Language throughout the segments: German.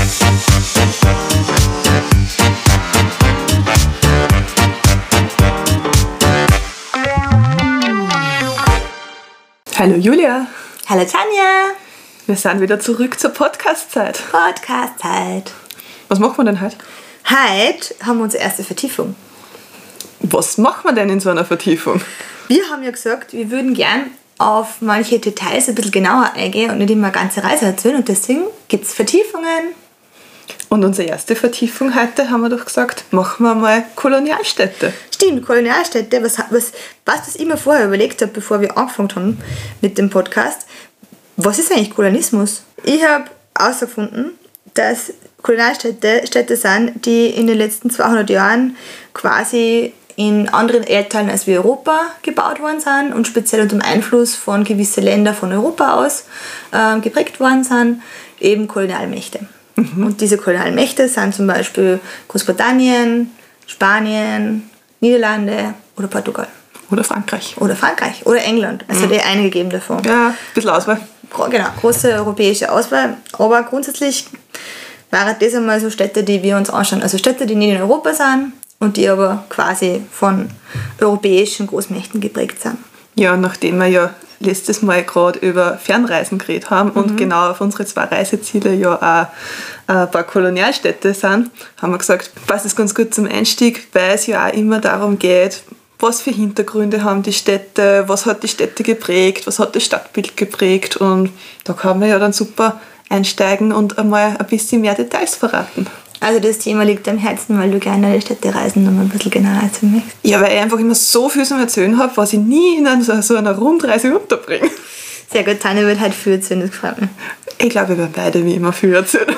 Hallo Julia. Hallo Tanja. Wir sind wieder zurück zur Podcast-Zeit. Podcast-Zeit. Was machen wir denn heute? Heute haben wir unsere erste Vertiefung. Was machen wir denn in so einer Vertiefung? Wir haben ja gesagt, wir würden gern auf manche Details ein bisschen genauer eingehen und nicht immer eine ganze Reise erzählen. Und deswegen gibt es Vertiefungen. Und unsere erste Vertiefung heute, haben wir doch gesagt, machen wir mal Kolonialstädte. Stimmt, Kolonialstädte. Was ich mir vorher überlegt habe, bevor wir angefangen haben mit dem Podcast, was ist eigentlich Kolonialismus? Ich habe herausgefunden, dass Kolonialstädte Städte sind, die in den letzten 200 Jahren quasi in anderen Erdteilen als wie Europa gebaut worden sind und speziell unter dem Einfluss von gewissen Ländern von Europa aus geprägt worden sind, eben Kolonialmächte. Und diese Kolonialmächte sind zum Beispiel Großbritannien, Spanien, Niederlande oder Portugal. Oder Frankreich. Oder England. Also die einige geben davon. Ja, ein bisschen Auswahl. Genau, große europäische Auswahl. Aber grundsätzlich waren das einmal so Städte, die wir uns anschauen. Also Städte, die nicht in Europa sind und die aber quasi von europäischen Großmächten geprägt sind. Ja, nachdem wir ja letztes Mal gerade über Fernreisen geredet haben und genau auf unsere 2 Reiseziele ja auch ein paar Kolonialstädte sind, haben wir gesagt, passt es ganz gut zum Einstieg, weil es ja auch immer darum geht, was für Hintergründe haben die Städte, was hat die Städte geprägt, was hat das Stadtbild geprägt, und da kann man ja dann super einsteigen und einmal ein bisschen mehr Details verraten. Also das Thema liegt am Herzen, weil du gerne die Städtereisen noch mal ein bisschen genauer erzählen möchtest. Ja, weil ich einfach immer so viel zum Erzählen habe, was ich nie in so einer Rundreise unterbringe. Sehr gut, Tanja wird halt viel erzählen, das gefällt mir. Ich glaube, wir werden beide wie immer viel erzählen.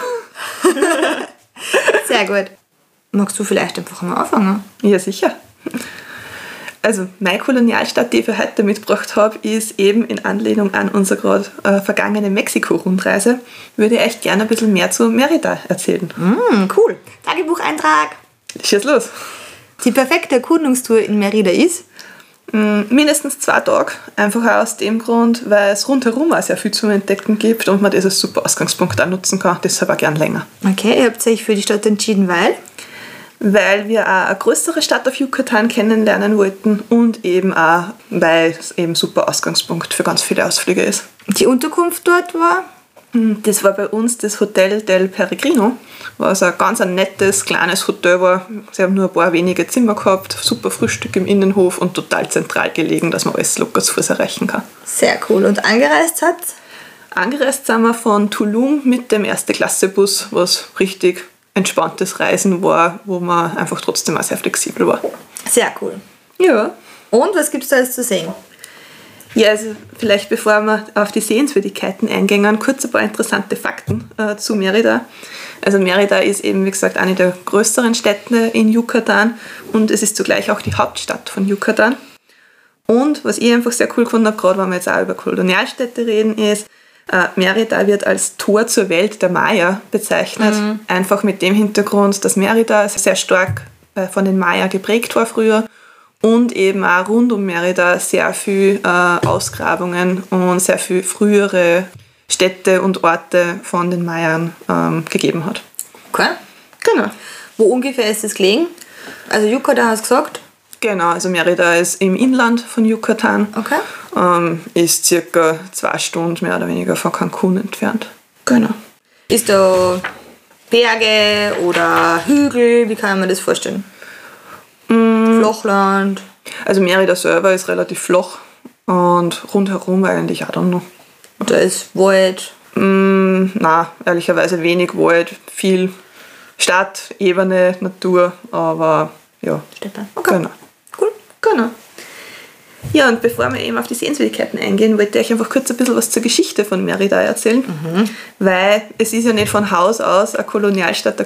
Sehr gut. Magst du vielleicht einfach mal anfangen? Ja, sicher. Also meine Kolonialstadt, die ich für heute mitgebracht habe, ist eben in Anlehnung an unsere gerade vergangene Mexiko-Rundreise, würde ich euch gerne ein bisschen mehr zu Mérida erzählen. Cool. Tagebucheintrag. Schieß los. Die perfekte Erkundungstour in Mérida ist? Mindestens 2 Tage. Einfach auch aus dem Grund, weil es rundherum auch sehr viel zu entdecken gibt und man das als super Ausgangspunkt auch nutzen kann. Deshalb auch gern länger. Okay, ihr habt euch für die Stadt entschieden, weil wir auch eine größere Stadt auf Yucatan kennenlernen wollten und eben auch, weil es eben super Ausgangspunkt für ganz viele Ausflüge ist. Die Unterkunft dort war? Das war bei uns das Hotel del Peregrino, was ein ganz nettes, kleines Hotel war. Sie haben nur ein paar wenige Zimmer gehabt, super Frühstück im Innenhof und total zentral gelegen, dass man alles locker zu Fuß erreichen kann. Sehr cool. Und angereist hat? Angereist sind wir von Tulum mit dem Erste-Klasse-Bus, was richtig entspanntes Reisen war, wo man einfach trotzdem auch sehr flexibel war. Sehr cool. Ja. Und was gibt es da jetzt zu sehen? Ja, also vielleicht bevor wir auf die Sehenswürdigkeiten eingehen, kurz ein paar interessante Fakten zu Mérida. Also Mérida ist eben, wie gesagt, eine der größeren Städte in Yucatan und es ist zugleich auch die Hauptstadt von Yucatan. Und was ich einfach sehr cool gefunden habe, gerade wenn wir jetzt auch über Kolonialstädte reden, ist, Mérida wird als Tor zur Welt der Maya bezeichnet. Einfach mit dem Hintergrund, dass Mérida sehr stark von den Maya geprägt war früher und eben auch rund um Mérida sehr viel Ausgrabungen und sehr viel frühere Städte und Orte von den Mayern gegeben hat. Okay. Genau. Wo ungefähr ist es gelegen? Also Yucatan hast du gesagt? Genau, also Mérida ist im Inland von Yucatan. Okay. Ist circa 2 Stunden mehr oder weniger von Cancun entfernt. Genau. Ist da Berge oder Hügel? Wie kann man das vorstellen? Flachland? Also Mérida selber ist relativ flach und rundherum eigentlich auch dann noch. Da ist Wald? Nein, ehrlicherweise wenig Wald, viel Stadt, Ebene, Natur, aber ja. Städte. Okay. Genau. Cool. Genau. Ja, und bevor wir eben auf die Sehenswürdigkeiten eingehen, wollte ich euch einfach kurz ein bisschen was zur Geschichte von Mérida erzählen. Weil es ist ja nicht von Haus aus eine Kolonialstadt.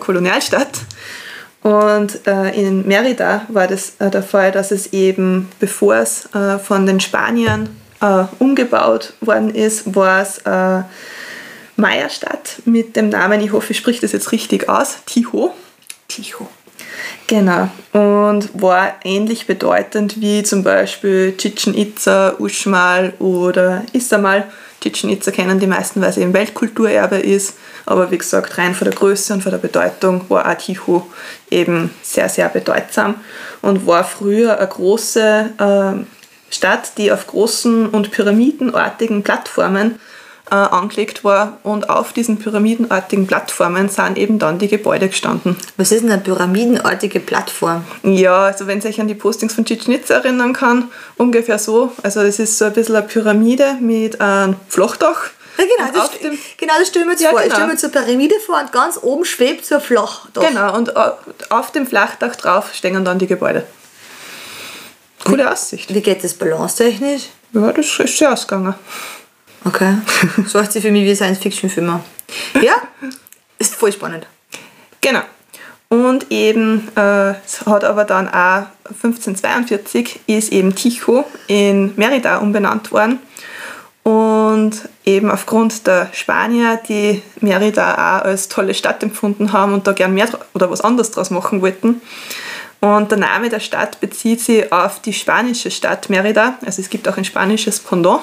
Und in Mérida war das der Fall, dass es eben, bevor es von den Spaniern umgebaut worden ist, war es Maya-Stadt mit dem Namen, ich hoffe, ich spreche das jetzt richtig aus, Tijo. Genau. Und war ähnlich bedeutend wie zum Beispiel Chichen Itza, Uxmal oder Izamal. Chichen Itza kennen die meisten, weil es eben Weltkulturerbe ist. Aber wie gesagt, rein von der Größe und von der Bedeutung war auch Tycho eben sehr, sehr bedeutsam und war früher eine große Stadt, die auf großen und pyramidenartigen Plattformen angelegt war, und auf diesen pyramidenartigen Plattformen sind eben dann die Gebäude gestanden. Was ist denn eine pyramidenartige Plattform? Ja, also wenn ihr euch an die Postings von Chichén Itzá erinnern kann, ungefähr so. Also es ist so ein bisschen eine Pyramide mit einem Flachdach. Ja, genau, das stelle ich mir jetzt vor. Genau. Ich stelle mir jetzt so eine Pyramide vor und ganz oben schwebt so ein Flachdach. Genau, und auf dem Flachdach drauf stehen dann die Gebäude. Coole Aussicht. Wie geht das balancetechnisch? Ja, das ist sehr ausgegangen. Okay. So hört sich für mich wie Science-Fiction-Filme. Ja, ist voll spannend. Genau. Und eben, es hat aber dann auch 1542 ist eben Tycho in Mérida umbenannt worden. Und eben aufgrund der Spanier, die Mérida auch als tolle Stadt empfunden haben und da gern mehr oder was anderes draus machen wollten. Und der Name der Stadt bezieht sich auf die spanische Stadt Mérida. Also es gibt auch ein spanisches Pendant.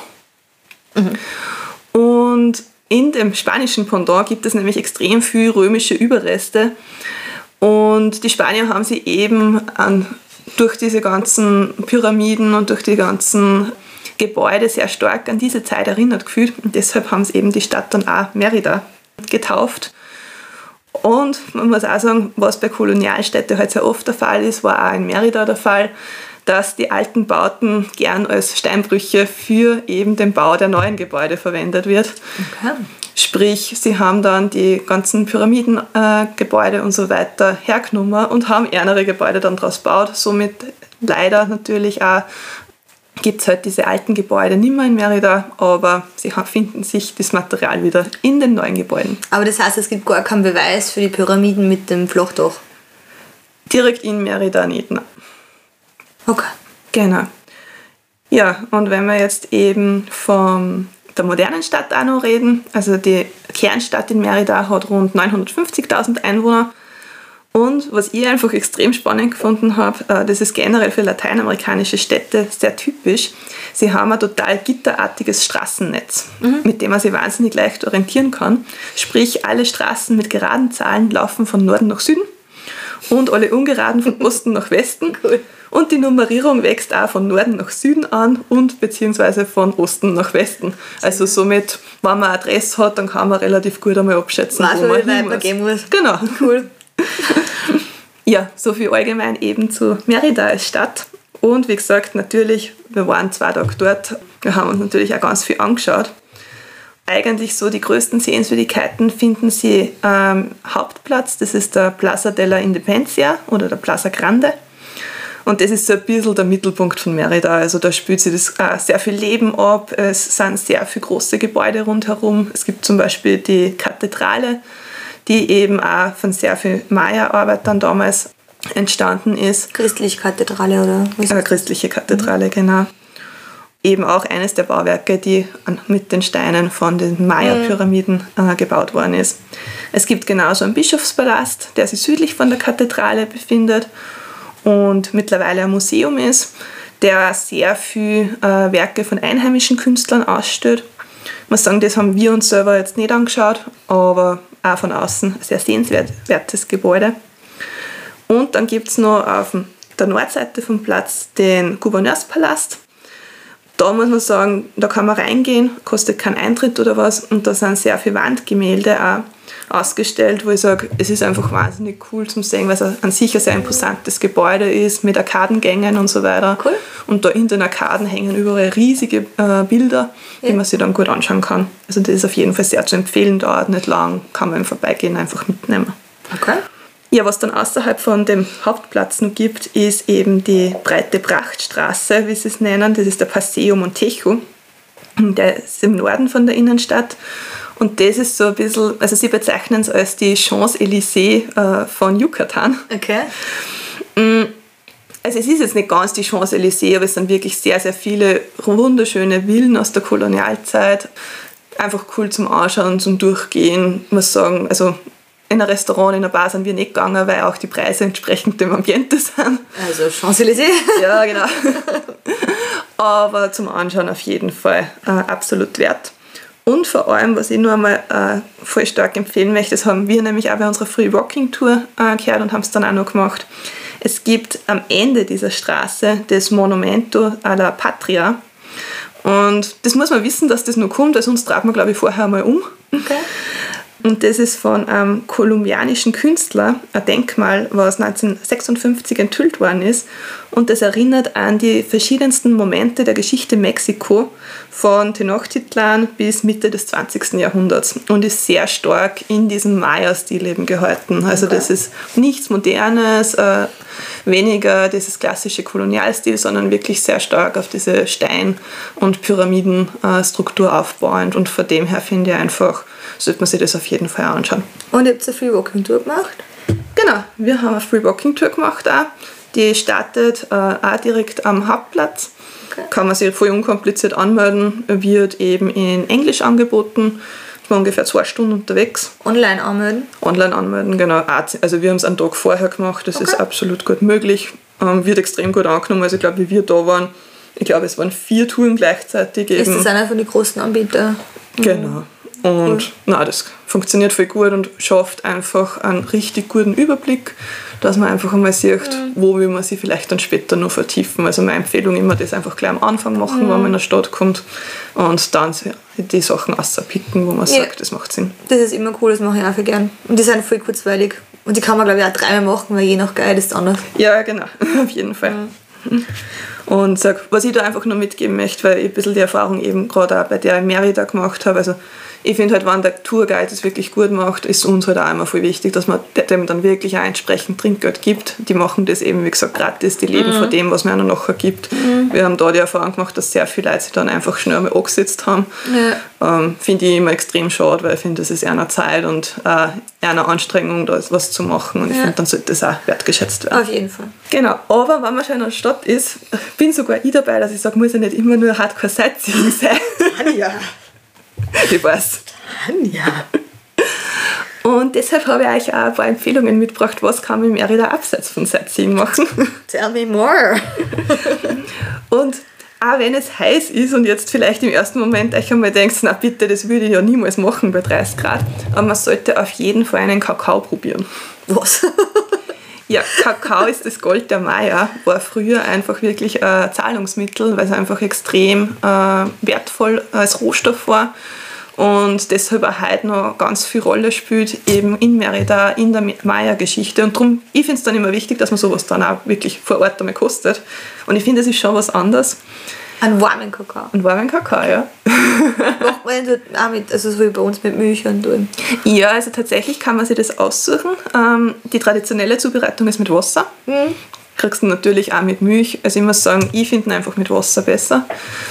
Und in dem spanischen Pendant gibt es nämlich extrem viel römische Überreste. Und die Spanier haben sie eben durch diese ganzen Pyramiden und durch die ganzen Gebäude sehr stark an diese Zeit erinnert gefühlt. Und deshalb haben sie eben die Stadt dann auch Mérida getauft. Und man muss auch sagen, was bei Kolonialstädten halt sehr oft der Fall ist, war auch in Mérida der Fall, dass die alten Bauten gern als Steinbrüche für eben den Bau der neuen Gebäude verwendet wird. Okay. Sprich, sie haben dann die ganzen Pyramidengebäude und so weiter hergenommen und haben ärmere Gebäude dann daraus gebaut. Somit leider natürlich auch gibt es halt diese alten Gebäude nicht mehr in Mérida, aber sie finden sich das Material wieder in den neuen Gebäuden. Aber das heißt, es gibt gar keinen Beweis für die Pyramiden mit dem Flachdach? Direkt in Mérida nicht, nein. Okay. Genau. Ja, und wenn wir jetzt eben von der modernen Stadt auch noch reden, also die Kernstadt in Mérida hat rund 950.000 Einwohner. Und was ich einfach extrem spannend gefunden habe, das ist generell für lateinamerikanische Städte sehr typisch. Sie haben ein total gitterartiges Straßennetz, mit dem man sich wahnsinnig leicht orientieren kann. Sprich, alle Straßen mit geraden Zahlen laufen von Norden nach Süden und alle ungeraden von Osten nach Westen. Cool. Und die Nummerierung wächst auch von Norden nach Süden an und beziehungsweise von Osten nach Westen. Also somit, wenn man eine Adresse hat, dann kann man relativ gut einmal abschätzen, wo man hin muss. Gehen muss. Genau. Cool. Ja, so viel allgemein eben zu Mérida als Stadt. Und wie gesagt, natürlich, wir waren 2 Tage dort. Wir haben uns natürlich auch ganz viel angeschaut. Eigentlich so die größten Sehenswürdigkeiten finden Sie am Hauptplatz. Das ist der Plaza de la Independencia oder der Plaza Grande. Und das ist so ein bisschen der Mittelpunkt von Mérida. Also da spielt sich das sehr viel Leben ab. Es sind sehr viele große Gebäude rundherum. Es gibt zum Beispiel die Kathedrale, die eben auch von sehr viel Maya-Arbeitern damals entstanden ist. Christliche Kathedrale, oder? Eine christliche Kathedrale, genau. Eben auch eines der Bauwerke, die mit den Steinen von den Maya-Pyramiden gebaut worden ist. Es gibt genauso einen Bischofspalast, der sich südlich von der Kathedrale befindet und mittlerweile ein Museum ist, der sehr viel Werke von einheimischen Künstlern ausstellt. Ich muss sagen, das haben wir uns selber jetzt nicht angeschaut, aber auch von außen ein sehr sehenswertes Gebäude. Und dann gibt es noch auf der Nordseite vom Platz den Gouverneurspalast. Da muss man sagen, da kann man reingehen, kostet keinen Eintritt oder was, und da sind sehr viele Wandgemälde auch ausgestellt, wo ich sage, es ist einfach wahnsinnig cool zum sehen, weil es an sich ein sehr imposantes Gebäude ist, mit Arkadengängen und so weiter. Cool. Und da in den Arkaden hängen überall riesige Bilder, die man sich dann gut anschauen kann. Also das ist auf jeden Fall sehr zu empfehlen, dauert nicht lang, kann man im Vorbeigehen einfach mitnehmen. Okay. Ja, was dann außerhalb von dem Hauptplatz noch gibt, ist eben die breite Prachtstraße, wie sie es nennen. Das ist der Paseo Montejo. Der ist im Norden von der Innenstadt. Und das ist so ein bisschen, also sie bezeichnen es als die Champs-Élysées von Yucatan. Okay. Also es ist jetzt nicht ganz die Champs-Élysées, aber es sind wirklich sehr, sehr viele wunderschöne Villen aus der Kolonialzeit. Einfach cool zum Anschauen, zum Durchgehen. Ich muss sagen, also in ein Restaurant, in einer Bar sind wir nicht gegangen, weil auch die Preise entsprechend dem Ambiente sind. Also Champs-Élysées. Ja, genau. Aber zum Anschauen auf jeden Fall absolut wert. Und vor allem, was ich nur einmal voll stark empfehlen möchte, das haben wir nämlich auch bei unserer Free Walking Tour gehört und haben es dann auch noch gemacht. Es gibt am Ende dieser Straße das Monumento alla Patria. Und das muss man wissen, dass das noch kommt, weil sonst tragen wir, glaube ich, vorher mal um. Okay. Und das ist von einem kolumbianischen Künstler, ein Denkmal, was 1956 enthüllt worden ist. Und das erinnert an die verschiedensten Momente der Geschichte Mexiko von Tenochtitlan bis Mitte des 20. Jahrhunderts und ist sehr stark in diesem Maya-Stil eben gehalten. Also das ist nichts Modernes, weniger dieses klassische Kolonialstil, sondern wirklich sehr stark auf diese Stein- und Pyramidenstruktur aufbauend. Und von dem her finde ich einfach, sollte man sich das auf jeden Fall anschauen. Und ihr habt eine Free Walking Tour gemacht? Genau, wir haben eine Free Walking Tour gemacht auch. Die startet auch direkt am Hauptplatz. Okay. Kann man sich voll unkompliziert anmelden, wird eben in Englisch angeboten. Ich war ungefähr 2 Stunden unterwegs. Online anmelden? Online anmelden, genau. Also wir haben es einen Tag vorher gemacht, das ist absolut gut möglich. Wird extrem gut angenommen, also ich glaube, wie wir da waren, ich glaube, es waren 4 Touren gleichzeitig. Ist das einer von den großen Anbietern? Genau. Und das funktioniert voll gut und schafft einfach einen richtig guten Überblick, dass man einfach einmal sieht, wo will man sich vielleicht dann später noch vertiefen. Also meine Empfehlung immer, das einfach gleich am Anfang machen, wenn man in der Stadt kommt und dann die Sachen rauspicken, wo man sagt, das macht Sinn. Das ist immer cool, das mache ich auch viel gern. Und die sind voll kurzweilig. Und die kann man, glaube ich, auch 3-mal machen, weil je nach Guide ist es anders. Ja, genau, auf jeden Fall. Und was ich da einfach nur mitgeben möchte, weil ich ein bisschen die Erfahrung eben gerade auch bei der Merida gemacht habe, also ich finde halt, wenn der Tourguide es wirklich gut macht, ist uns halt auch immer voll wichtig, dass man dem dann wirklich auch entsprechend Trinkgeld gibt. Die machen das eben, wie gesagt, gratis, die leben von dem, was man ihnen nachher gibt. Wir haben da die Erfahrung gemacht, dass sehr viele Leute sich dann einfach schnell einmal angesetzt haben. Ja. Finde ich immer extrem schade, weil ich finde, das ist einer Zeit und einer Anstrengung, da was zu machen. Und ich finde, dann sollte das auch wertgeschätzt werden. Auf jeden Fall. Genau, aber wenn man schon in einer Stadt ist, bin sogar ich dabei, dass ich sage, muss ja nicht immer nur Hardcore-Sightseeing sein. Tanja. Ich weiß. Tanja. Und deshalb habe ich euch auch ein paar Empfehlungen mitgebracht, was kann man in Merida abseits von Sightseeing machen. Tell me more. Und auch wenn es heiß ist und jetzt vielleicht im ersten Moment euch einmal denkt, na bitte, das würde ich ja niemals machen bei 30 Grad, aber man sollte auf jeden Fall einen Kakao probieren. Was? Ja, Kakao ist das Gold der Maya, war früher einfach wirklich ein Zahlungsmittel, weil es einfach extrem wertvoll als Rohstoff war und deshalb auch heute noch ganz viel Rolle spielt, eben in Merida, in der Maya-Geschichte. Und darum, ich finde es dann immer wichtig, dass man sowas dann auch wirklich vor Ort einmal kostet. Und ich finde, das ist schon was anderes. Einen warmen Kakao. Einen warmen Kakao, ja. Macht man den auch mit, also so wie bei uns mit Milch und tun? Ja, also tatsächlich kann man sich das aussuchen. Die traditionelle Zubereitung ist mit Wasser. Kriegst du natürlich auch mit Milch. Also ich muss sagen, ich finde ihn einfach mit Wasser besser.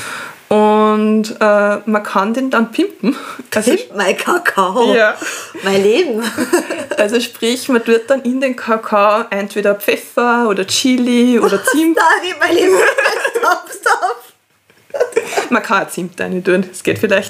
Und man kann den dann pimpen. Pimp mein Kakao? Ja. Mein Leben. Also sprich, man tut dann in den Kakao entweder Pfeffer oder Chili oder Zimt. Nein, mein Leben. Stop. Man kann auch Zimt rein tun, das geht vielleicht.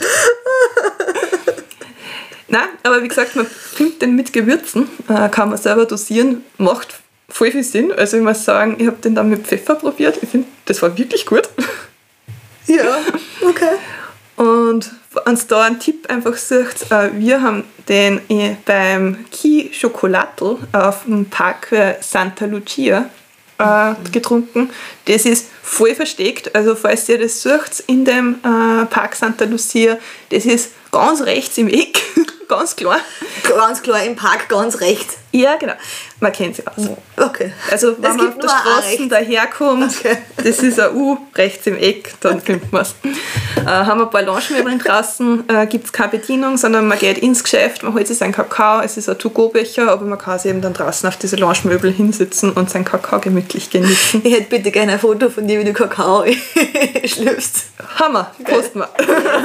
Nein, aber wie gesagt, man pimpt den mit Gewürzen, kann man selber dosieren, macht voll viel Sinn. Also ich muss sagen, ich habe den dann mit Pfeffer probiert, ich finde, das war wirklich gut. Ja, okay. Und wenn ihr da einen Tipp einfach sucht, wir haben den beim Chi Chocolatl auf dem Parque Santa Lucia getrunken. Das ist voll versteckt, also falls ihr das sucht in dem Park Santa Lucia, das ist ganz rechts im Eck, ganz klar. Ganz klar, im Park ganz rechts. Ja, genau. Man kennt sie aus. Okay. Also wenn man auf der Straße daherkommt, okay. Das ist ein U rechts im Eck, dann findet man es. Haben wir ein paar Lounge-Möbeln draußen, gibt es keine Bedienung, sondern man geht ins Geschäft, man holt sich seinen Kakao, es ist ein To-Go-Becher, aber man kann sich eben dann draußen auf diese Lounge-Möbel hinsitzen und seinen Kakao gemütlich genießen. Ich hätte bitte gerne ein Foto von dir, wie du Kakao schlürfst. Hammer, posten wir.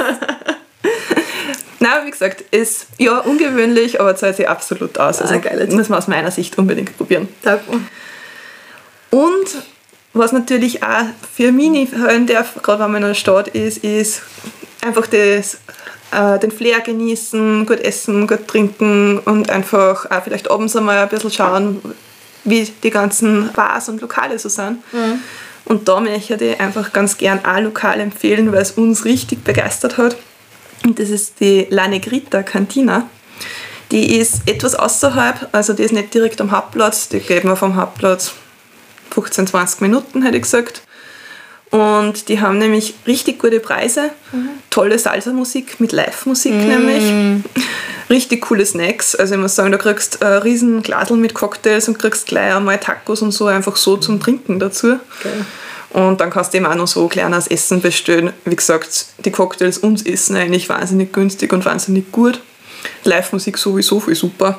Nein, wie gesagt, ist ja ungewöhnlich, aber zahlt sich absolut aus. Also muss man aus meiner Sicht unbedingt probieren. Danke. Und was natürlich auch für mich nicht hören darf, gerade wenn man in einer Stadt ist einfach den Flair genießen, gut essen, gut trinken und einfach auch vielleicht abends einmal ein bisschen schauen, wie die ganzen Bars und Lokale so sind. Mhm. Und da möchte ich einfach ganz gern auch lokal empfehlen, weil es uns richtig begeistert hat. Und das ist die La Negrita Cantina. Die ist etwas außerhalb, also die ist nicht direkt am Hauptplatz, die geht man vom Hauptplatz 15, 20 Minuten, hätte ich gesagt. Und die haben nämlich richtig gute Preise, tolle Salsa-Musik mit Live-Musik nämlich, richtig coole Snacks. Also ich muss sagen, da kriegst du ein riesen Glasl mit Cocktails und kriegst gleich einmal Tacos und so einfach so zum Trinken dazu. Okay. Und dann kannst du eben auch noch so kleines Essen bestellen. Wie gesagt, die Cocktails und das Essen eigentlich wahnsinnig günstig und wahnsinnig gut. Live-Musik sowieso viel super.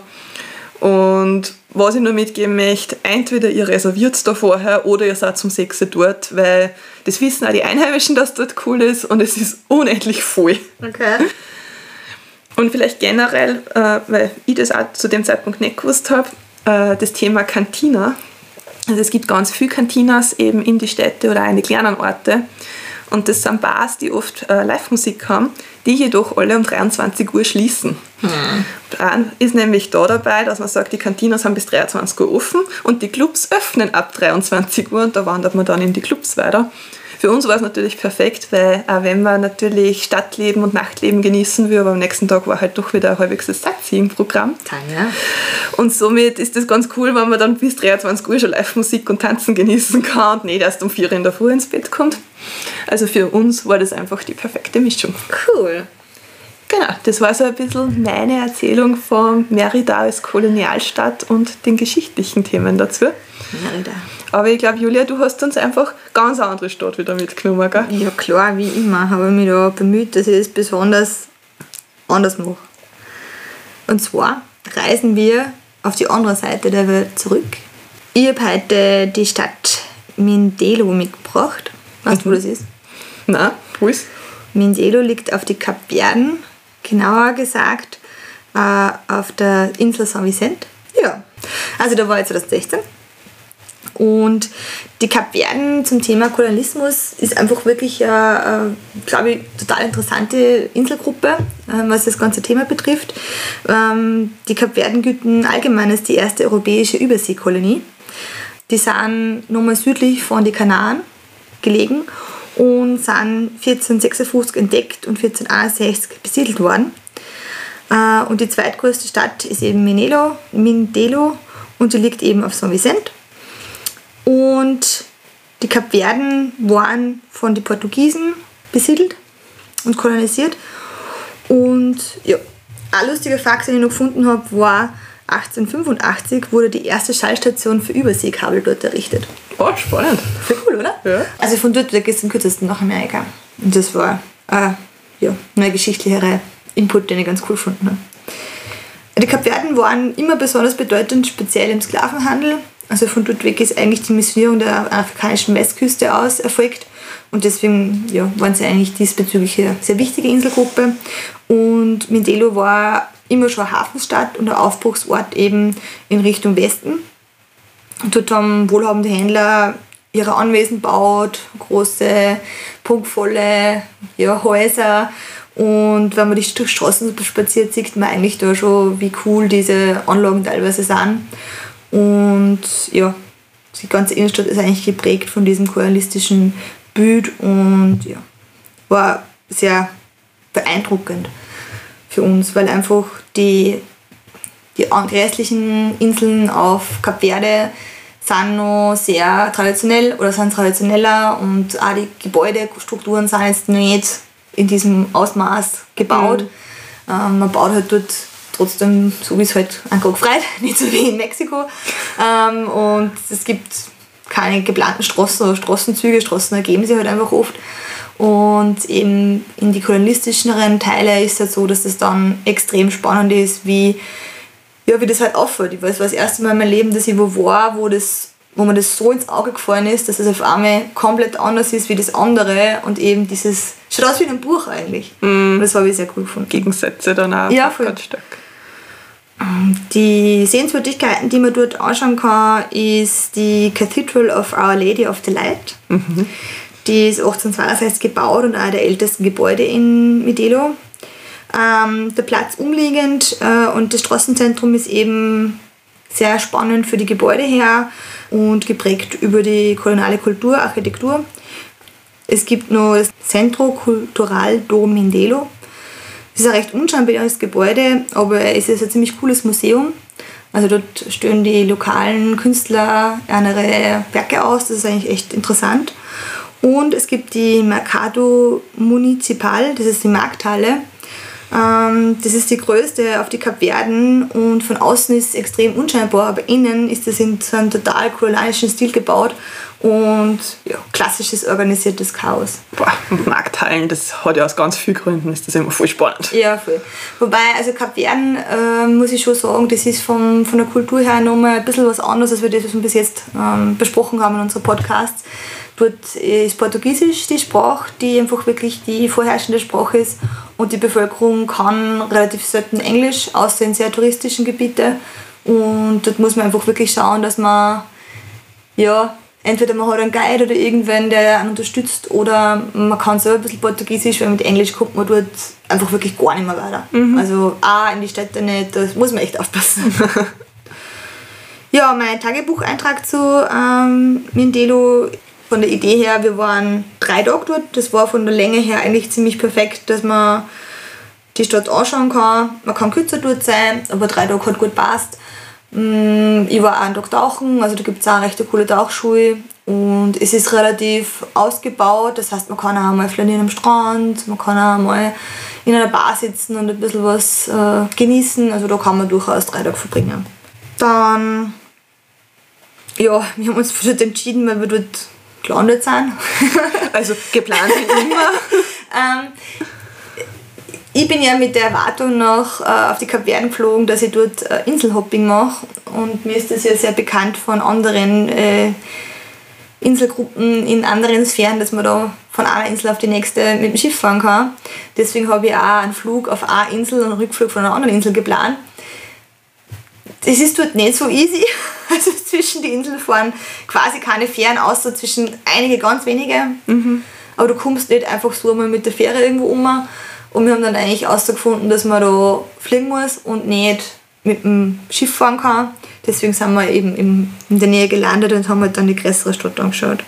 Und was ich nur mitgeben möchte, entweder ihr reserviert es da vorher oder ihr seid zum 6 dort, weil das wissen auch die Einheimischen, dass dort cool ist und es ist unendlich voll. Okay. Und vielleicht generell, weil ich das auch zu dem Zeitpunkt nicht gewusst habe, das Thema Cantina. Also es gibt ganz viele Cantinas eben in die Städte oder auch in die kleinen Orte. Und das sind Bars, die oft Live-Musik haben, die jedoch alle um 23 Uhr schließen. Plan ist nämlich da dabei, dass man sagt, die Cantinas haben bis 23 Uhr offen und die Clubs öffnen ab 23 Uhr und da wandert man dann in die Clubs weiter. Für uns war es natürlich perfekt, weil auch wenn man natürlich Stadtleben und Nachtleben genießen will, aber am nächsten Tag war halt doch wieder ein halbwegs das Sightseeing-Programm. Tanja. Und somit ist das ganz cool, wenn man dann bis 23 Uhr schon Live-Musik und Tanzen genießen kann und nicht erst um 4 Uhr in der Früh ins Bett kommt. Also für uns war das einfach die perfekte Mischung. Cool. Genau, das war so ein bisschen meine Erzählung von Mérida als Kolonialstadt und den geschichtlichen Themen dazu. Mérida. Aber ich glaube, Julia, du hast uns einfach ganz eine andere Stadt wieder mitgenommen, gell? Ja klar, wie immer habe ich mich da bemüht, dass ich es besonders anders mache. Und zwar reisen wir auf die andere Seite der Welt zurück. Ich habe heute die Stadt Mindelo mitgebracht. Weißt du, wo das ist? Nein, wo ist? Mindelo liegt auf die Kapverden, genauer gesagt auf der Insel San Vicente. Ja, also da war ich 2016. Und die Kapverden zum Thema Kolonialismus ist einfach wirklich eine, glaube ich, total interessante Inselgruppe, was das ganze Thema betrifft. Die Kapverden gelten allgemein als die erste europäische Überseekolonie. Die sind nochmal südlich von den Kanaren gelegen und sind 1456 entdeckt und 1461 besiedelt worden. Und die zweitgrößte Stadt ist eben Mindelo und die liegt eben auf San Vicente. Und die Kapverden waren von den Portugiesen besiedelt und kolonisiert. Und ja, ein lustiger Fakt, den ich noch gefunden habe, war, 1885 wurde die erste Schallstation für Überseekabel dort errichtet. Oh, spannend. Voll cool, oder? Ja. Also von dort weg ist es am kürzesten nach Amerika. Und das war ein geschichtlicher Input, den ich ganz cool gefunden habe. Die Kapverden waren immer besonders bedeutend, speziell im Sklavenhandel. Also von dort weg ist eigentlich die Missionierung der afrikanischen Westküste aus erfolgt. Und deswegen waren sie eigentlich diesbezüglich eine sehr wichtige Inselgruppe. Und Mindelo war immer schon eine Hafenstadt und ein Aufbruchsort eben in Richtung Westen. Und dort haben wohlhabende Händler ihre Anwesen gebaut, große, prunkvolle Häuser. Und wenn man die Straßen spaziert, sieht man eigentlich da schon, wie cool diese Anlagen teilweise sind. Und ja, die ganze Innenstadt ist eigentlich geprägt von diesem kolonialistischen Bild und war sehr beeindruckend für uns, weil einfach die restlichen Inseln auf Kap Verde sind noch sehr traditionell oder sind traditioneller und auch die Gebäudestrukturen sind jetzt noch nicht in diesem Ausmaß gebaut. Man baut halt dort trotzdem, so wie es halt einfach freit, nicht so wie in Mexiko. Und es gibt keine geplanten Straßen oder Straßenzüge, Straßen ergeben sich halt einfach oft. Und eben in die kolonialistischeren Teile ist es halt so, dass das dann extrem spannend ist, wie das halt auffällt. Ich weiß, war das erste Mal in meinem Leben, dass ich wo war, wo mir das so ins Auge gefallen ist, dass es auf einmal komplett anders ist wie das andere und eben dieses, schaut aus wie in einem Buch eigentlich. Und das habe ich sehr cool gefunden. Gegensätze dann auch ganz stark. Die Sehenswürdigkeiten, die man dort anschauen kann, ist die Cathedral of Our Lady of the Light. Die ist 1862 gebaut und einer der ältesten Gebäude in Mindelo. Der Platz umliegend und das Straßenzentrum ist eben sehr spannend für die Gebäude her und geprägt über die koloniale Kultur, Architektur. Es gibt noch das Centro Cultural do Mindelo. Es ist ein recht unscheinbares Gebäude, aber es ist ein ziemlich cooles Museum. Also dort stellen die lokalen Künstler ihre Werke aus, das ist eigentlich echt interessant. Und es gibt die Mercado Municipal, das ist die Markthalle. Das ist die größte auf die Kapverden und von außen ist es extrem unscheinbar, aber innen ist es in so einem total koreanischen Stil gebaut und ja, klassisches organisiertes Chaos. Boah, Markthallen, das hat ja aus ganz vielen Gründen, ist das immer voll spannend. Ja, voll. Wobei, also Kapverden, muss ich schon sagen, das ist von der Kultur her nochmal ein bisschen was anderes, als wir das bis jetzt besprochen haben in unserem Podcast. Dort ist Portugiesisch die Sprache, die einfach wirklich die vorherrschende Sprache ist und die Bevölkerung kann relativ selten Englisch, außer in sehr touristischen Gebieten. Und dort muss man einfach wirklich schauen, dass man, ja, entweder man hat einen Guide oder irgendwen, der einen unterstützt, oder man kann selber ein bisschen Portugiesisch, weil mit Englisch kommt man dort einfach wirklich gar nicht mehr weiter. Also auch in die Städte nicht, da muss man echt aufpassen. Ja, mein Tagebucheintrag zu Mindelo. Von der Idee her, wir waren 3 Tage dort. Das war von der Länge her eigentlich ziemlich perfekt, dass man die Stadt anschauen kann. Man kann kürzer dort sein, aber 3 Tage hat gut passt. Ich war auch einen Tag tauchen, also da gibt es auch eine recht coole Tauchschule. Und es ist relativ ausgebaut, das heißt, man kann auch mal flanieren am Strand, man kann auch mal in einer Bar sitzen und ein bisschen was genießen. Also da kann man durchaus 3 Tage verbringen. Dann, ja, wir haben uns für dort entschieden, weil wir dort gelandet sind. Also geplant wie immer. Ich bin ja mit der Erwartung noch auf die Kapverden geflogen, dass ich dort Inselhopping mache. Und mir ist das ja sehr bekannt von anderen Inselgruppen in anderen Sphären, dass man da von einer Insel auf die nächste mit dem Schiff fahren kann. Deswegen habe ich auch einen Flug auf eine Insel und einen Rückflug von einer anderen Insel geplant. Das ist dort nicht so easy. Also zwischen die Inseln fahren quasi keine Fähren, außer zwischen einige ganz wenige. Aber du kommst nicht einfach so einmal mit der Fähre irgendwo um. Und wir haben dann eigentlich herausgefunden, dass man da fliegen muss und nicht mit dem Schiff fahren kann. Deswegen sind wir eben in der Nähe gelandet und haben halt dann die größere Stadt angeschaut.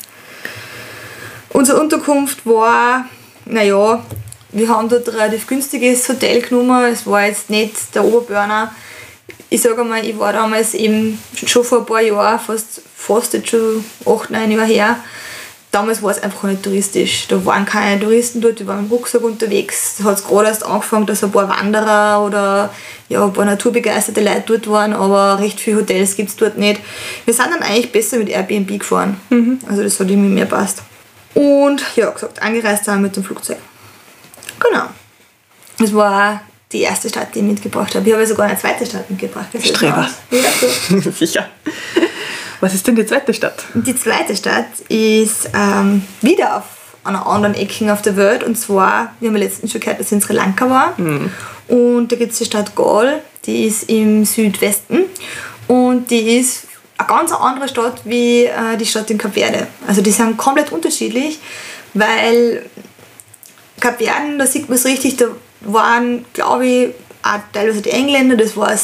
Unsere Unterkunft war, naja, wir haben dort ein relativ günstiges Hotel genommen. Es war jetzt nicht der Oberburner. Ich sage mal, ich war damals eben schon vor ein paar Jahren, fast jetzt schon 8, 9 Jahre her. Damals war es einfach nicht touristisch. Da waren keine Touristen dort, die waren mit dem Rucksack unterwegs. Da hat es gerade erst angefangen, dass ein paar Wanderer oder ja, ein paar naturbegeisterte Leute dort waren, aber recht viele Hotels gibt es dort nicht. Wir sind dann eigentlich besser mit Airbnb gefahren. Also das hat irgendwie mehr passt. Und ja, gesagt, angereist sind wir mit dem Flugzeug. Genau. Das war die erste Stadt, die ich mitgebracht habe. Ich habe sogar eine zweite Stadt mitgebracht. Streber. Ja, so. Sicher. Was ist denn die zweite Stadt? Die zweite Stadt ist wieder auf einer anderen Ecke auf der Welt. Und zwar, wir haben ja letztens schon gehört, dass es in Sri Lanka war. Und da gibt es die Stadt Galle, die ist im Südwesten. Und die ist eine ganz andere Stadt wie die Stadt in Kap Verde. Also die sind komplett unterschiedlich, weil Kap Verden, da sieht man es richtig, da waren, glaube ich, auch teilweise die Engländer, das war eine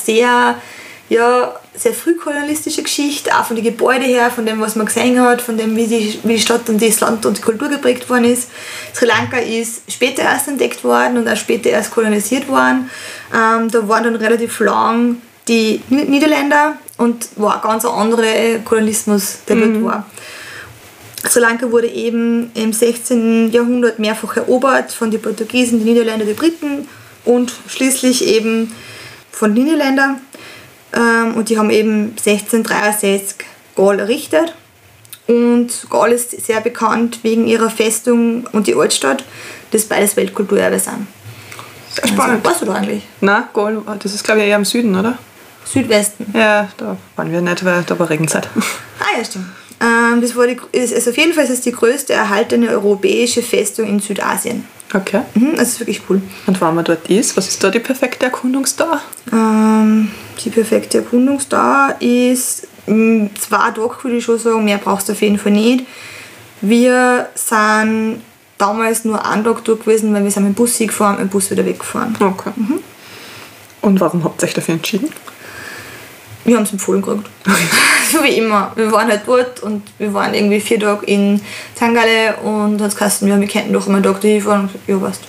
sehr frühkolonialistische Geschichte, auch von den Gebäuden her, von dem, was man gesehen hat, von dem, wie die Stadt und das Land und die Kultur geprägt worden ist. Sri Lanka ist später erst entdeckt worden und auch später erst kolonisiert worden. Da waren dann relativ lang die Niederländer und war ein ganz anderer Kolonialismus, der dort war. Sri Lanka wurde eben im 16. Jahrhundert mehrfach erobert von den Portugiesen, den Niederländern, den Briten und schließlich eben von den Niederländern. Und die haben eben 1663 Galle errichtet. Und Galle ist sehr bekannt wegen ihrer Festung und die Altstadt, das beides Weltkulturerbe sind. Sehr spannend. Also, warst du da eigentlich? Nein, Galle, das ist glaube ich eher im Süden, oder? Südwesten. Ja, da waren wir nicht, weil da war Regenzeit. Ah ja, stimmt. Das war auf jeden Fall ist es die größte erhaltene europäische Festung in Südasien. Okay. Das ist wirklich cool. Und wenn man dort ist, was ist da die perfekte Erkundungsdauer? Die perfekte Erkundungsdauer ist 2 Tage, würde ich schon sagen. Mehr brauchst du auf jeden Fall nicht. Wir sind damals nur einen Tag dort gewesen, weil wir sind mit dem Bus hingefahren und mit dem Bus wieder weggefahren. Okay. Und warum habt ihr euch dafür entschieden? Wir haben es empfohlen gekriegt. so wie immer. Wir waren halt dort und wir waren irgendwie 4 Tage in Zangale und uns kasten wir könnten doch einen Tag dahin fahren und ja, passt.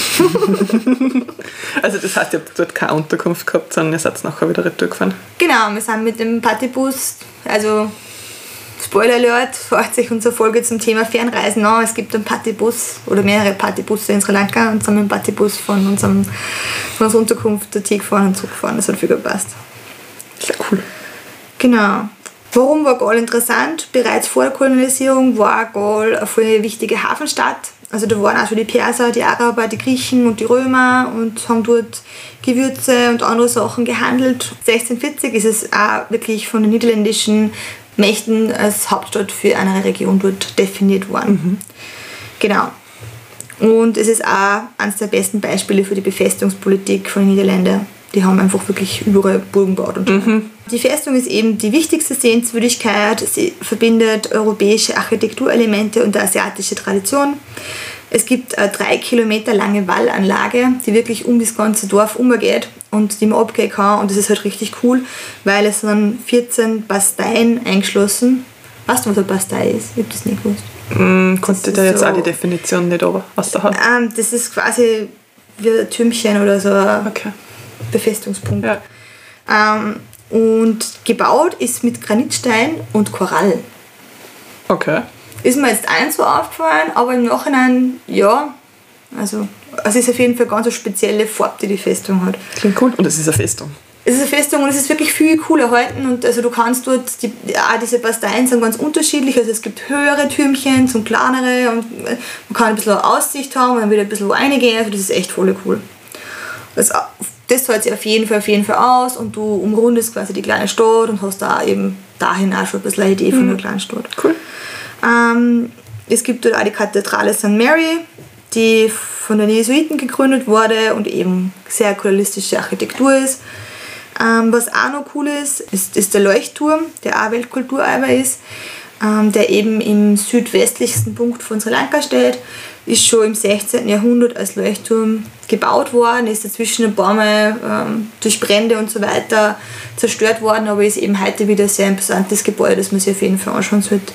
Also das heißt, ihr habt dort keine Unterkunft gehabt, sondern ihr seid nachher wieder retour gefahren? Genau, wir sind mit dem Partybus, also Spoiler Alert, hört sich unsere Folge zum Thema Fernreisen an. Es gibt einen Partybus oder mehrere Partybusse in Sri Lanka und sind mit dem Partybus von unserer Unterkunft dorthin gefahren und zurückgefahren. Das hat viel gepasst. Sehr cool. Genau. Warum war Gaul interessant? Bereits vor der Kolonialisierung war Gaul eine voll wichtige Hafenstadt. Also da waren auch schon die Perser, die Araber, die Griechen und die Römer und haben dort Gewürze und andere Sachen gehandelt. 1640 ist es auch wirklich von den niederländischen Mächten als Hauptstadt für eine Region dort definiert worden. Genau. Und es ist auch eines der besten Beispiele für die Befestungspolitik von den Niederländern. Die haben einfach wirklich überall Burgen gebaut. Die Festung ist eben die wichtigste Sehenswürdigkeit. Sie verbindet europäische Architekturelemente und asiatische Tradition. Es gibt eine 3 Kilometer lange Wallanlage, die wirklich um das ganze Dorf umgeht und die man abgehen kann. Und das ist halt richtig cool, weil es sind 14 Basteien eingeschlossen. Weißt du, was eine Bastei ist? Ich habe das nicht gewusst. Konnte da jetzt so, auch die Definition nicht außerhalb? Das ist quasi wie ein Türmchen oder so ein Befestigungspunkt. Ja. Und gebaut ist mit Granitstein und Korall. Okay. Ist mir jetzt so aufgefallen, aber im Nachhinein, ja, also es ist auf jeden Fall ganz eine spezielle Farbe, die Festung hat. Klingt cool. Und es ist eine Festung. Es ist eine Festung und es ist wirklich viel cool erhalten und also du kannst dort, diese Basteien sind ganz unterschiedlich, also es gibt höhere Türmchen und kleinere und man kann ein bisschen Aussicht haben und dann wieder ein bisschen wo reingehen, also das ist echt voll cool. Also, das zahlt sich auf jeden Fall aus und du umrundest quasi die kleine Stadt und hast da eben dahin auch schon ein bisschen eine Idee von der kleinen Stadt. Cool. Es gibt dort auch die Kathedrale St. Mary, die von den Jesuiten gegründet wurde und eben sehr kolonialistische Architektur ist. Was auch noch cool ist der Leuchtturm, der auch Weltkulturerbe ist, der eben im südwestlichsten Punkt von Sri Lanka steht. Ist schon im 16. Jahrhundert als Leuchtturm gebaut worden, ist dazwischen ein paar Mal durch Brände und so weiter zerstört worden, aber ist eben heute wieder ein sehr imposantes Gebäude, das man sich auf jeden Fall anschauen sollte.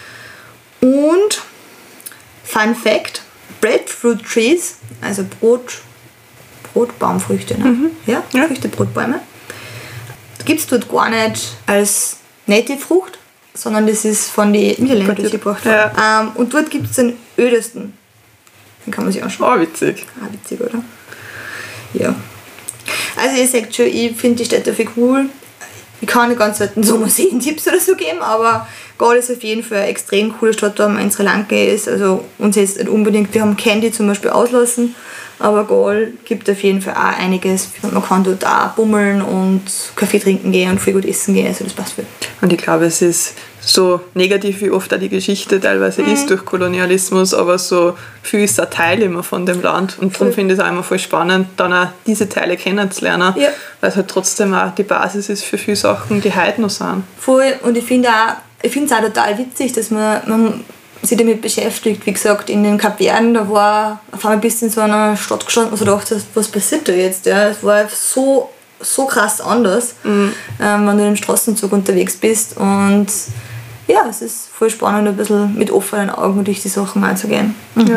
Und, Fun Fact, Breadfruit Trees, also Brotbaumfrüchte, ne? Ja, Früchte, Brotbäume, gibt es dort gar nicht als Native-Frucht, sondern das ist von den Niederländern gebracht worden. Ja. Und dort gibt es den ödesten. Den kann man sich anschauen. Oh, witzig. Witzig, oder? Ja. Also ihr sagt schon, ich finde die Städte viel cool. Ich kann nicht ganz selten so Museen-Tipps oder so geben, aber Gaul ist auf jeden Fall eine extrem coole Stadt, da man in Sri Lanka ist. Also uns jetzt nicht unbedingt, wir haben Kandy zum Beispiel auslassen, aber Gaul gibt auf jeden Fall auch einiges. Man kann dort auch bummeln und Kaffee trinken gehen und viel gut essen gehen, also das passt viel. Und ich glaube, es ist so negativ, wie oft auch die Geschichte teilweise ist durch Kolonialismus, aber so viel ist ein Teil immer von dem Land und darum finde ich es auch immer voll spannend, dann auch diese Teile kennenzulernen, weil es halt trotzdem auch die Basis ist für viele Sachen, die heute noch sind. Voll, und ich finde es auch total witzig, dass man sich damit beschäftigt. Wie gesagt, in den Kapverden, da war auf einmal ein bisschen so einer Stadt gestanden, wo du dachtest, was passiert da jetzt? Ja? Es war so krass anders, wenn du im Straßenzug unterwegs bist. Und ja, es ist voll spannend, ein bisschen mit offenen Augen durch die Sachen anzugehen.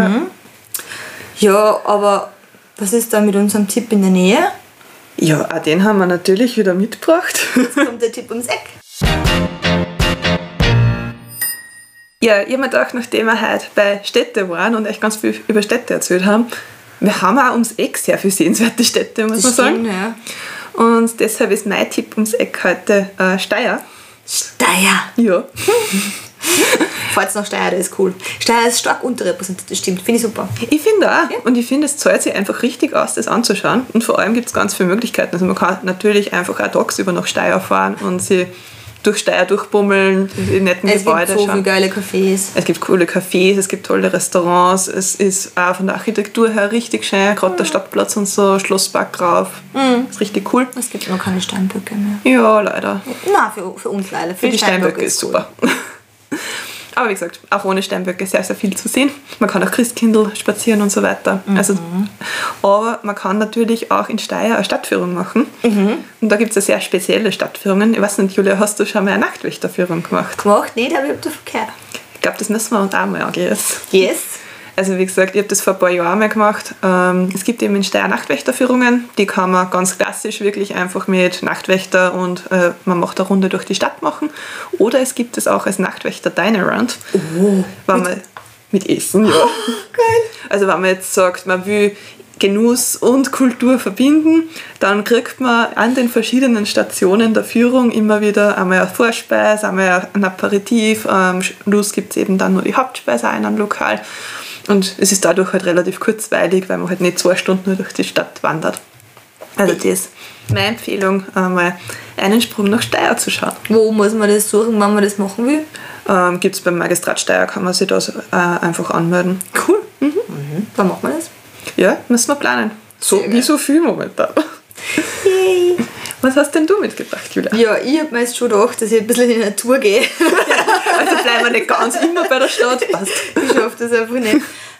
Ja, aber was ist da mit unserem Tipp in der Nähe? Ja, auch den haben wir natürlich wieder mitgebracht. Jetzt kommt der Tipp ums Eck. Ja, ich habe mir gedacht, nachdem wir heute bei Städte waren und euch ganz viel über Städte erzählt haben, wir haben auch ums Eck sehr viele sehenswerte Städte, muss man sagen. Ja. Und deshalb ist mein Tipp ums Eck heute Steyr. Steyr? Ja. Falls nach Steyr, das ist cool. Steyr ist stark unterrepräsentiert, das stimmt. Finde ich super. Ich finde auch. Ja. Und ich finde, es zahlt sich einfach richtig aus, das anzuschauen. Und vor allem gibt es ganz viele Möglichkeiten. Also man kann natürlich einfach auch tagsüber nach Steyr fahren und sich durch Steyr durchbummeln, die netten Gebäude schauen. Es gibt so viele geile Cafés. Es gibt coole Cafés, es gibt tolle Restaurants. Es ist auch von der Architektur her richtig schön. Gerade der Stadtplatz und so, Schlosspark drauf. Ist richtig cool. Es gibt noch keine Steinböcke mehr. Ja, leider. Nein, für uns leider. Für die Steinböcke ist super. Aber wie gesagt, auch ohne Steinböcke sehr, sehr viel zu sehen. Man kann auch Christkindl spazieren und so weiter. Also, aber man kann natürlich auch in Steyr eine Stadtführung machen. Und da gibt es ja sehr spezielle Stadtführungen. Ich weiß nicht, Julia, hast du schon mal eine Nachtwächterführung gemacht? Gemacht? Nicht, aber ich habe davon gehört. Ich glaube, das müssen wir uns auch mal angehen. Yes. Also wie gesagt, ich habe das vor ein paar Jahren mal gemacht. Es gibt eben in Steyr Nachtwächterführungen. Die kann man ganz klassisch wirklich einfach mit Nachtwächter und man macht eine Runde durch die Stadt machen. Oder es gibt es auch als Nachtwächter Dine-Around. Mit Essen, ja. Geil. Also wenn man jetzt sagt, man will Genuss und Kultur verbinden, dann kriegt man an den verschiedenen Stationen der Führung immer wieder einmal eine Vorspeise, einmal ein Aperitif. Am Schluss gibt es eben dann nur die Hauptspeise in einem Lokal. Und es ist dadurch halt relativ kurzweilig, weil man halt nicht 2 Stunden nur durch die Stadt wandert. Also das ist meine Empfehlung, mal einen Sprung nach Steyr zu schauen. Wo muss man das suchen, wenn man das machen will? Gibt es beim Magistrat Steyr, kann man sich da einfach anmelden. Cool. Wann macht man das? Ja, müssen wir planen. So wie so viel momentan. Yay. Was hast denn du mitgebracht, Julia? Ja, ich habe mir jetzt schon gedacht, dass ich ein bisschen in die Natur gehe. Also bleiben wir nicht ganz immer bei der Stadt. Passt. Ich schaffe das einfach nicht.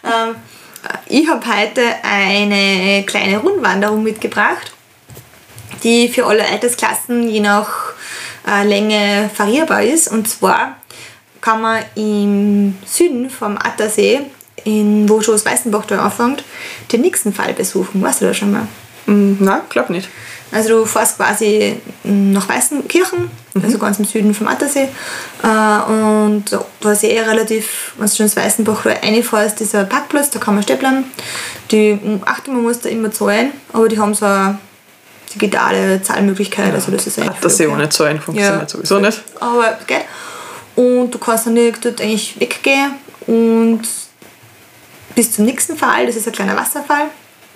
Ich habe heute eine kleine Rundwanderung mitgebracht, die für alle Altersklassen je nach Länge variierbar ist. Und zwar kann man im Süden vom Attersee, wo schon das Weißenbachtal anfängt, den Nixenfall besuchen. Weißt du das schon mal? Nein, glaub nicht. Also du fährst quasi nach Weißenkirchen, also ganz im Süden vom Attersee. Und da ist relativ, wenn du schon ins Weißenbachtal reinfährst, dieser Parkplatz, da kann man stehen bleiben. Man muss da immer zahlen, aber die haben so eine digitale Zahlmöglichkeit. Also das ist eigentlich Attersee ohne Zahlen funktioniert sowieso nicht. Aber geht. Und du kannst dann dort eigentlich weggehen und bis zum nächsten Fall, das ist ein kleiner Wasserfall.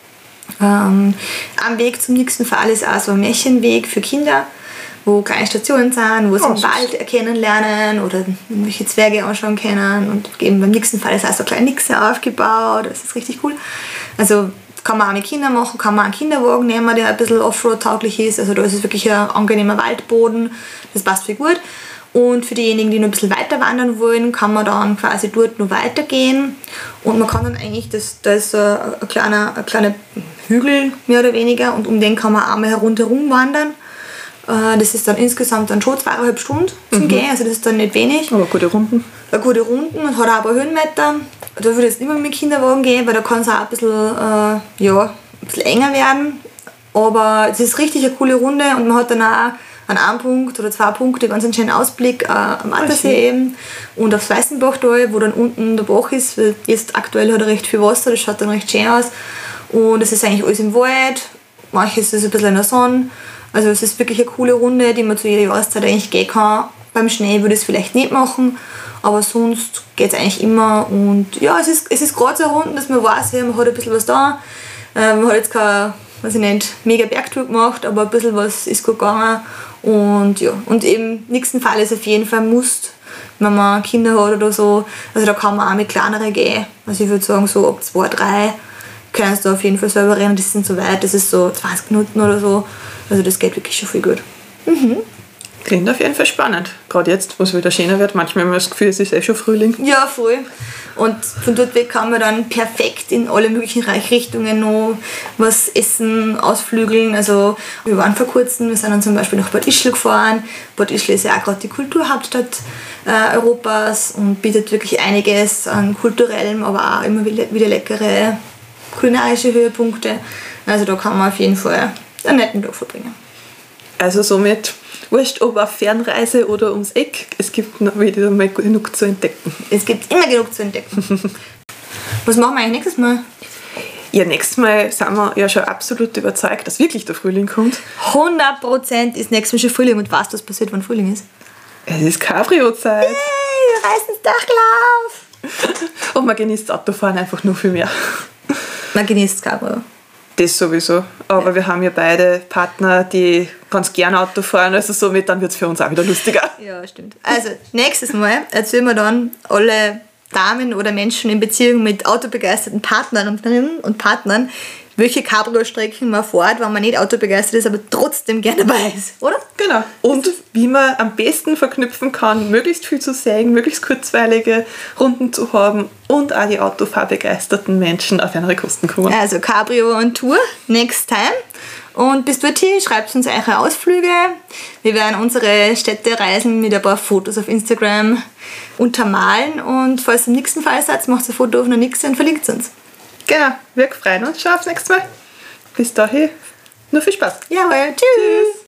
Am Weg zum nächsten Fall ist auch so ein Märchenweg für Kinder, wo kleine Stationen sind, wo sie den Wald erkennen lernen oder welche Zwerge anschauen können. Und eben beim nächsten Fall ist auch so ein kleiner Nixe aufgebaut. Das ist richtig cool. Also kann man auch mit Kindern machen, kann man einen Kinderwagen nehmen, der ein bisschen Offroad-tauglich ist. Also da ist es wirklich ein angenehmer Waldboden. Das passt viel gut. Und für diejenigen, die noch ein bisschen weiter wandern wollen, kann man dann quasi dort noch weitergehen. Und man kann dann eigentlich, da ist so ein kleiner Hügel mehr oder weniger und um den kann man einmal rundherum wandern. Das ist dann insgesamt dann schon 2,5 Stunden zum Gehen, also das ist dann nicht wenig. Aber gute Runden. Gute Runden und hat auch ein paar Höhenmeter. Da würde ich jetzt nicht mehr mit dem Kinderwagen gehen, weil da kann es auch ein bisschen enger werden. Aber es ist richtig eine coole Runde und man hat dann auch an einem Punkt oder 2 Punkte ganz einen schönen Ausblick am Attersee eben und aufs Weißenbachtal, wo dann unten der Bach ist. Jetzt aktuell hat er recht viel Wasser, das schaut dann recht schön aus. Und es ist eigentlich alles im Wald, manches ist ein bisschen in der Sonne. Also es ist wirklich eine coole Runde, die man zu jeder Jahreszeit eigentlich gehen kann. Beim Schnee würde ich es vielleicht nicht machen, aber sonst geht es eigentlich immer. Und ja, es ist gerade so eine Runde, dass man weiß, man hat ein bisschen was da. Man hat jetzt keine, weiß ich nicht, mega Bergtour gemacht, aber ein bisschen was ist gut gegangen. Und ja, und im nächsten Fall ist auf jeden Fall ein Muss, wenn man Kinder hat oder so. Also da kann man auch mit kleineren gehen. Also ich würde sagen, so ab 2, 3 kannst du auf jeden Fall selber rennen. Das sind so weit, das ist so 20 Minuten oder so. Also das geht wirklich schon viel gut. Klingt auf jeden Fall spannend. Gerade jetzt, wo es wieder schöner wird. Manchmal haben wir das Gefühl, es ist schon Frühling. Ja, voll. Und von dort weg kann man dann perfekt in alle möglichen Richtungen noch was essen, ausflügeln. Also wir waren vor kurzem, wir sind dann zum Beispiel nach Bad Ischl gefahren. Bad Ischl ist ja auch gerade die Kulturhauptstadt Europas und bietet wirklich einiges an kulturellem, aber auch immer wieder leckere kulinarische Höhepunkte. Also da kann man auf jeden Fall einen netten Tag verbringen. Also somit, wurscht ob auf Fernreise oder ums Eck, es gibt noch wieder mal genug zu entdecken. Es gibt immer genug zu entdecken. Was machen wir eigentlich nächstes Mal? Ja, nächstes Mal sind wir ja schon absolut überzeugt, dass wirklich der Frühling kommt. 100% ist nächstes Mal schon Frühling und weißt du, was passiert, wenn Frühling ist? Es ist Cabrio-Zeit. Yay, wir reißen das Dachlauf! Und man genießt das Autofahren einfach nur viel mehr. Man genießt Cabrio. Das sowieso. Aber wir haben ja beide Partner, die ganz gerne Auto fahren, also somit dann wird es für uns auch wieder lustiger. Ja, stimmt. Also, nächstes Mal erzählen wir dann alle Damen oder Menschen in Beziehung mit autobegeisterten Partnern und Partnern, welche Cabrio-Strecken man fährt, wenn man nicht autobegeistert ist, aber trotzdem gerne dabei ist, oder? Genau. Und wie man am besten verknüpfen kann, möglichst viel zu sehen, möglichst kurzweilige Runden zu haben und auch die autofahrbegeisterten Menschen auf ihre Kosten kommen. Also Cabrio on Tour, next time. Und bis dorthin schreibt uns eure Ausflüge. Wir werden unsere Städtereisen mit ein paar Fotos auf Instagram untermalen. Und falls ihr im nächsten Fall seid, macht ein Foto auf einer Nix und verlinkt es uns. Genau, wir freuen uns schon aufs nächste Mal. Bis dahin, nur viel Spaß. Jawohl, tschüss.